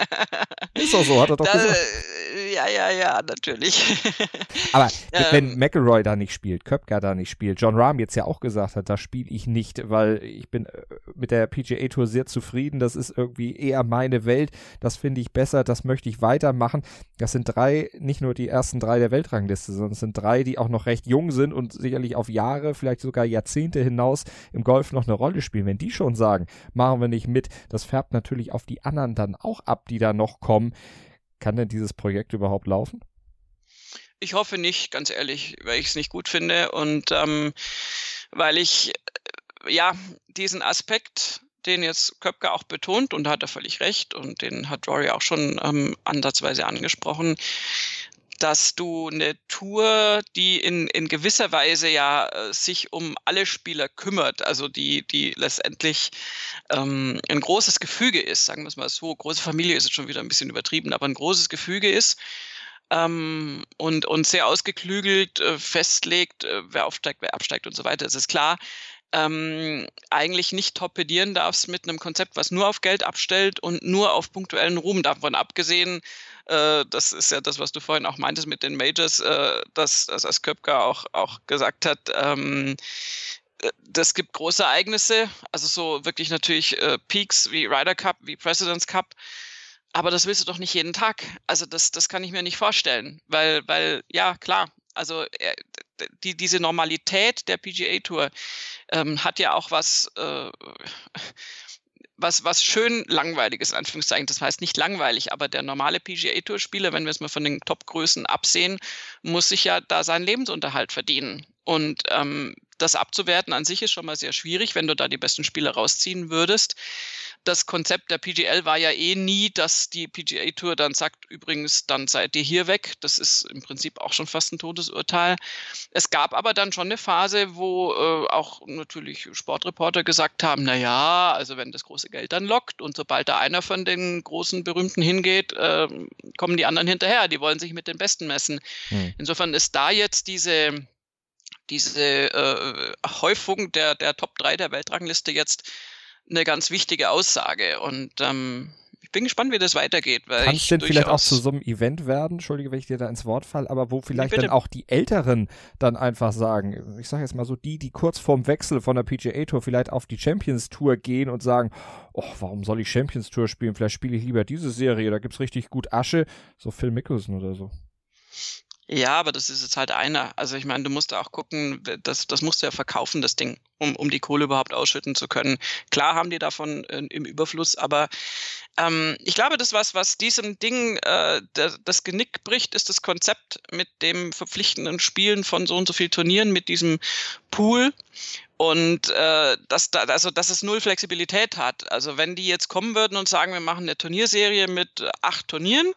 Ist doch so, hat er doch da, gesagt. Ja, ja, ja, natürlich. Aber ähm, wenn McIlroy da nicht spielt, Koepka da nicht spielt, Jon Rahm jetzt ja auch gesagt hat, da spiele ich nicht, weil ich bin mit der P G A Tour sehr zufrieden, das ist irgendwie eher meine Welt, das finde ich besser, das möchte ich weitermachen. Das sind drei, nicht nur die ersten drei der Weltrangliste, sondern es sind drei, die auch noch recht jung sind und sicherlich auf Jahre, vielleicht sogar Jahrzehnte hinaus im Golf noch eine Rolle spielen. Wenn die schon sagen, machen wir nicht mit, das färbt natürlich auf die anderen dann auch ab, die da noch kommen. Kann denn dieses Projekt überhaupt laufen? Ich hoffe nicht, ganz ehrlich, weil ich es nicht gut finde und ähm, weil ich äh, ja diesen Aspekt, den jetzt Koepka auch betont, und da hat er völlig recht, und den hat Rory auch schon ähm, ansatzweise angesprochen, dass du eine Tour, die in, in gewisser Weise ja äh, sich um alle Spieler kümmert, also die, die letztendlich ähm, ein großes Gefüge ist, sagen wir es mal so, große Familie ist jetzt schon wieder ein bisschen übertrieben, aber ein großes Gefüge ist, ähm, und, und sehr ausgeklügelt äh, festlegt, äh, wer aufsteigt, wer absteigt und so weiter, es ist klar, ähm, eigentlich nicht torpedieren darfst mit einem Konzept, was nur auf Geld abstellt und nur auf punktuellen Ruhm. Davon abgesehen, äh, das ist ja das, was du vorhin auch meintest mit den Majors, äh, dass, dass das Koepka auch, auch gesagt hat, ähm, das gibt große Ereignisse, also so wirklich natürlich äh, Peaks wie Ryder Cup, wie President's Cup, aber das willst du doch nicht jeden Tag. Also das, das kann ich mir nicht vorstellen, weil, weil ja, klar, also äh, die, diese Normalität der P G A Tour ähm, hat ja auch was, äh, was, was schön langweiliges, in Anführungszeichen. Das heißt nicht langweilig, aber der normale P G A Tour Spieler, wenn wir es mal von den Top-Größen absehen, muss sich ja da seinen Lebensunterhalt verdienen. Und ähm, das abzuwerten an sich ist schon mal sehr schwierig, wenn du da die besten Spieler rausziehen würdest. Das Konzept der P G L war ja eh nie, dass die P G A Tour dann sagt, übrigens, dann seid ihr hier weg. Das ist im Prinzip auch schon fast ein Todesurteil. Es gab aber dann schon eine Phase, wo äh, auch natürlich Sportreporter gesagt haben, na ja, also wenn das große Geld dann lockt und sobald da einer von den großen Berühmten hingeht, äh, kommen die anderen hinterher. Die wollen sich mit den Besten messen. Hm. Insofern ist da jetzt diese diese äh, Häufung der, der Top drei der Weltrangliste jetzt eine ganz wichtige Aussage. Und ähm, bin gespannt, wie das weitergeht. Kann es denn vielleicht auch zu so einem Event werden, entschuldige, wenn ich dir da ins Wort falle, aber wo vielleicht dann auch die Älteren dann einfach sagen, ich sage jetzt mal so, die, die kurz vorm Wechsel von der P G A Tour vielleicht auf die Champions Tour gehen und sagen, oh, warum soll ich Champions Tour spielen? Vielleicht spiele ich lieber diese Serie, da gibt's richtig gut Asche, so Phil Mickelson oder so. Ja, aber das ist jetzt halt einer. Also ich meine, du musst auch gucken, das, das musst du ja verkaufen, das Ding, um, um die Kohle überhaupt ausschütten zu können. Klar haben die davon äh, im Überfluss, aber ähm, ich glaube, das, was, was diesem Ding äh, der, das Genick bricht, ist das Konzept mit dem verpflichtenden Spielen von so und so vielen Turnieren, mit diesem Pool. Und äh, dass, da, also, dass es null Flexibilität hat. Also wenn die jetzt kommen würden und sagen, wir machen eine Turnierserie mit äh, acht Turnieren,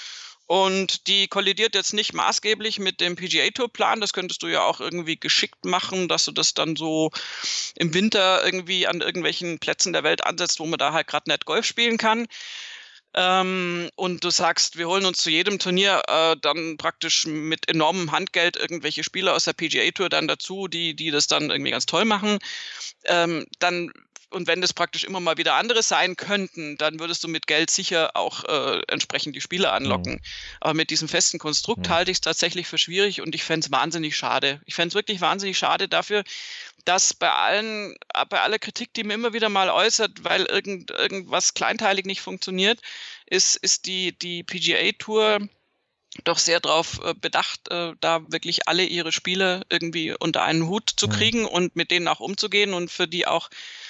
und die kollidiert jetzt nicht maßgeblich mit dem P G A Tour Plan. Das könntest du ja auch irgendwie geschickt machen, dass du das dann so im Winter irgendwie an irgendwelchen Plätzen der Welt ansetzt, wo man da halt gerade nicht Golf spielen kann. Ähm, und du sagst, wir holen uns zu jedem Turnier äh, dann praktisch mit enormem Handgeld irgendwelche Spieler aus der P G A Tour dann dazu, die, die das dann irgendwie ganz toll machen. Ähm, dann Und wenn das praktisch immer mal wieder andere sein könnten, dann würdest du mit Geld sicher auch äh, entsprechend die Spieler anlocken. Mhm. Aber mit diesem festen Konstrukt mhm. halte ich es tatsächlich für schwierig und ich fände es wahnsinnig schade. Ich fände es wirklich wahnsinnig schade dafür, dass bei allen, bei aller Kritik, die mir immer wieder mal äußert, weil irgend, irgendwas kleinteilig nicht funktioniert, ist, ist die, die P G A Tour doch sehr darauf bedacht, äh, da wirklich alle ihre Spieler irgendwie unter einen Hut zu kriegen mhm. und mit denen auch umzugehen und für die auch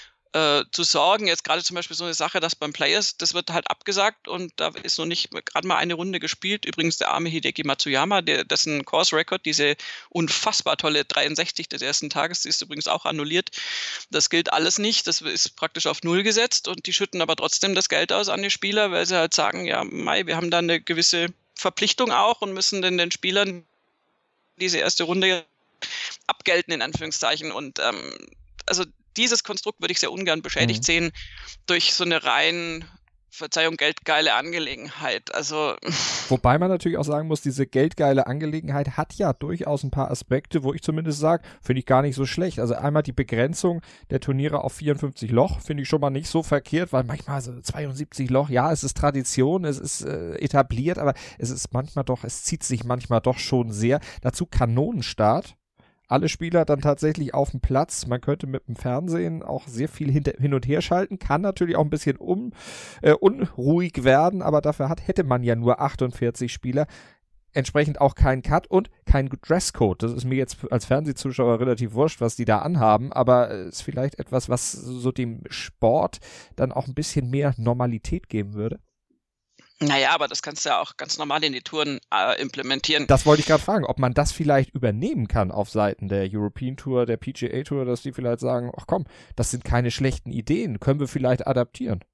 Äh, zu sorgen. Jetzt gerade zum Beispiel so eine Sache, dass beim Players, das wird halt abgesagt und da ist noch nicht gerade mal eine Runde gespielt. Übrigens der arme Hideki Matsuyama, der, dessen Course-Record, diese unfassbar tolle dreiundsechzig des ersten Tages, die ist übrigens auch annulliert. Das gilt alles nicht. Das ist praktisch auf Null gesetzt und die schütten aber trotzdem das Geld aus an die Spieler, weil sie halt sagen, ja, Mai, wir haben da eine gewisse Verpflichtung auch und müssen denn den Spielern diese erste Runde abgelten, in Anführungszeichen. Und ähm, also dieses Konstrukt würde ich sehr ungern beschädigt mhm. sehen durch so eine rein, Verzeihung, geldgeile Angelegenheit. Also wobei man natürlich auch sagen muss, diese geldgeile Angelegenheit hat ja durchaus ein paar Aspekte, wo ich zumindest sage, finde ich gar nicht so schlecht. Also einmal die Begrenzung der Turniere auf vierundfünfzig Loch, finde ich schon mal nicht so verkehrt, weil manchmal so zweiundsiebzig Loch, ja, es ist Tradition, es ist äh, etabliert, aber es ist manchmal doch, es zieht sich manchmal doch schon sehr. Dazu Kanonenstart. Alle Spieler dann tatsächlich auf dem Platz. Man könnte mit dem Fernsehen auch sehr viel hinter, hin und her schalten. Kann natürlich auch ein bisschen um, äh, unruhig werden, aber dafür hat, hätte man ja nur achtundvierzig Spieler. Entsprechend auch kein Cut und kein Dresscode. Das ist mir jetzt als Fernsehzuschauer relativ wurscht, was die da anhaben, aber es ist vielleicht etwas, was so dem Sport dann auch ein bisschen mehr Normalität geben würde. Naja, aber das kannst du ja auch ganz normal in die Touren äh, implementieren. Das wollte ich gerade fragen, ob man das vielleicht übernehmen kann auf Seiten der European Tour, der P G A Tour, dass die vielleicht sagen, ach komm, das sind keine schlechten Ideen, können wir vielleicht adaptieren.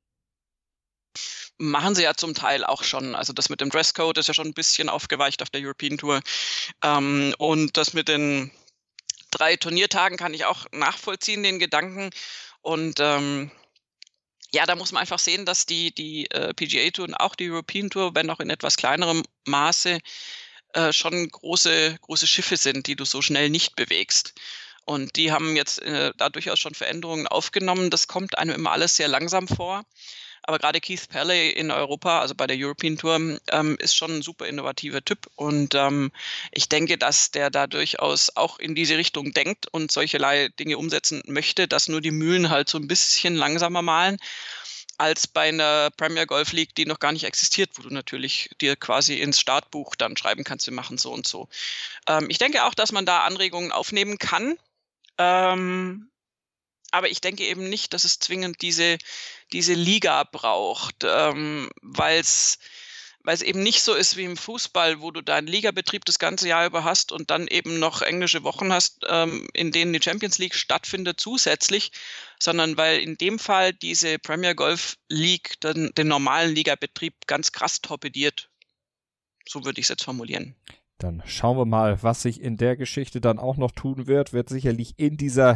Machen sie ja zum Teil auch schon. Also das mit dem Dresscode ist ja schon ein bisschen aufgeweicht auf der European Tour. Ähm, und das mit den drei Turniertagen kann ich auch nachvollziehen, den Gedanken. Und ähm, ja, da muss man einfach sehen, dass die, die äh, P G A Tour und auch die European Tour, wenn auch in etwas kleinerem Maße, äh, schon große, große Schiffe sind, die du so schnell nicht bewegst. Und die haben jetzt äh, da durchaus schon Veränderungen aufgenommen. Das kommt einem immer alles sehr langsam vor. Aber gerade Keith Pelley in Europa, also bei der European Tour, ähm, ist schon ein super innovativer Typ. Und ähm, ich denke, dass der da durchaus auch in diese Richtung denkt und solcherlei Dinge umsetzen möchte, dass nur die Mühlen halt so ein bisschen langsamer malen als bei einer Premier Golf League, die noch gar nicht existiert, wo du natürlich dir quasi ins Startbuch dann schreiben kannst, wir machen so und so. Ähm, ich denke auch, dass man da Anregungen aufnehmen kann. Ähm, Aber ich denke eben nicht, dass es zwingend diese, diese Liga braucht, ähm, weil es eben nicht so ist wie im Fußball, wo du deinen Ligabetrieb das ganze Jahr über hast und dann eben noch englische Wochen hast, ähm, in denen die Champions League stattfindet zusätzlich, sondern weil in dem Fall diese Premier Golf League den, den normalen Ligabetrieb ganz krass torpediert. So würde ich es jetzt formulieren. Dann schauen wir mal, was sich in der Geschichte dann auch noch tun wird. Wird sicherlich in dieser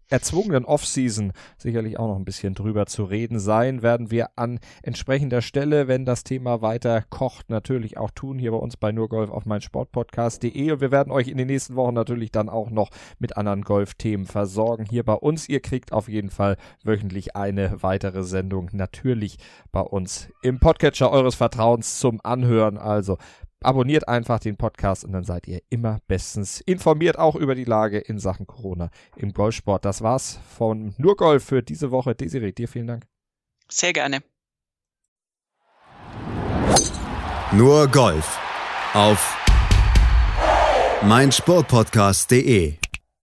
erzwungenen Offseason sicherlich auch noch ein bisschen drüber zu reden sein, werden wir an entsprechender Stelle, wenn das Thema weiter kocht, natürlich auch tun, hier bei uns bei nur Golf auf meinsportpodcast punkt de und wir werden euch in den nächsten Wochen natürlich dann auch noch mit anderen Golfthemen versorgen hier bei uns. Ihr kriegt auf jeden Fall wöchentlich eine weitere Sendung natürlich bei uns im Podcatcher eures Vertrauens zum Anhören, also abonniert einfach den Podcast und dann seid ihr immer bestens informiert, auch über die Lage in Sachen Corona im Golfsport. Das war's von Nur Golf für diese Woche. Desiree, dir vielen Dank. Sehr gerne. Nur Golf auf meinsportpodcast punkt de